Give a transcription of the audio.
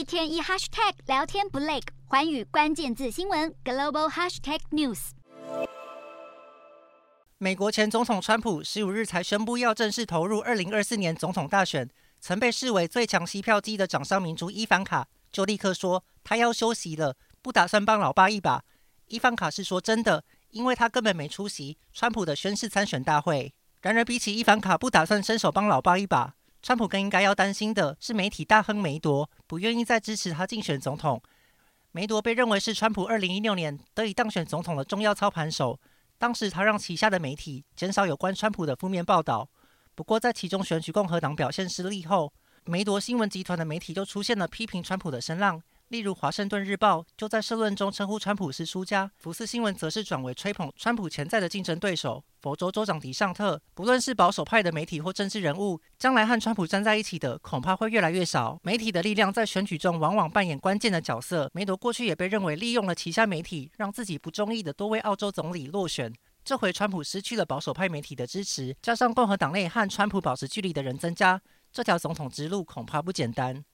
天一 hashtag 聊天不累，寰宇关键字新闻 global hashtag news。 美国前总统川普15日才宣布要正式投入2024年总统大选，曾被视为最强吸票机的掌上明珠伊凡卡就立刻说她要休息了，不打算帮老爸一把。伊凡卡是说真的，因为她根本没出席川普的宣誓参选大会。然而比起伊凡卡不打算伸手帮老爸一把，川普更应该要担心的是媒体大亨梅铎不愿意再支持他竞选总统。梅铎被认为是川普2016年得以当选总统的重要操盘手，当时他让旗下的媒体减少有关川普的负面报道。不过在其中选举共和党表现失利后，梅铎新闻集团的媒体就出现了批评川普的声浪，例如华盛顿日报就在社论中称呼川普是输家，福斯新闻则是转为吹捧川普潜在的竞争对手佛州州长迪尚特。不论是保守派的媒体或政治人物，将来和川普站在一起的恐怕会越来越少。媒体的力量在选举中往往扮演关键的角色，梅铎过去也被认为利用了旗下媒体让自己不中意的多位澳洲总理落选。这回川普失去了保守派媒体的支持，加上共和党内和川普保持距离的人增加，这条总统之路恐怕不简单。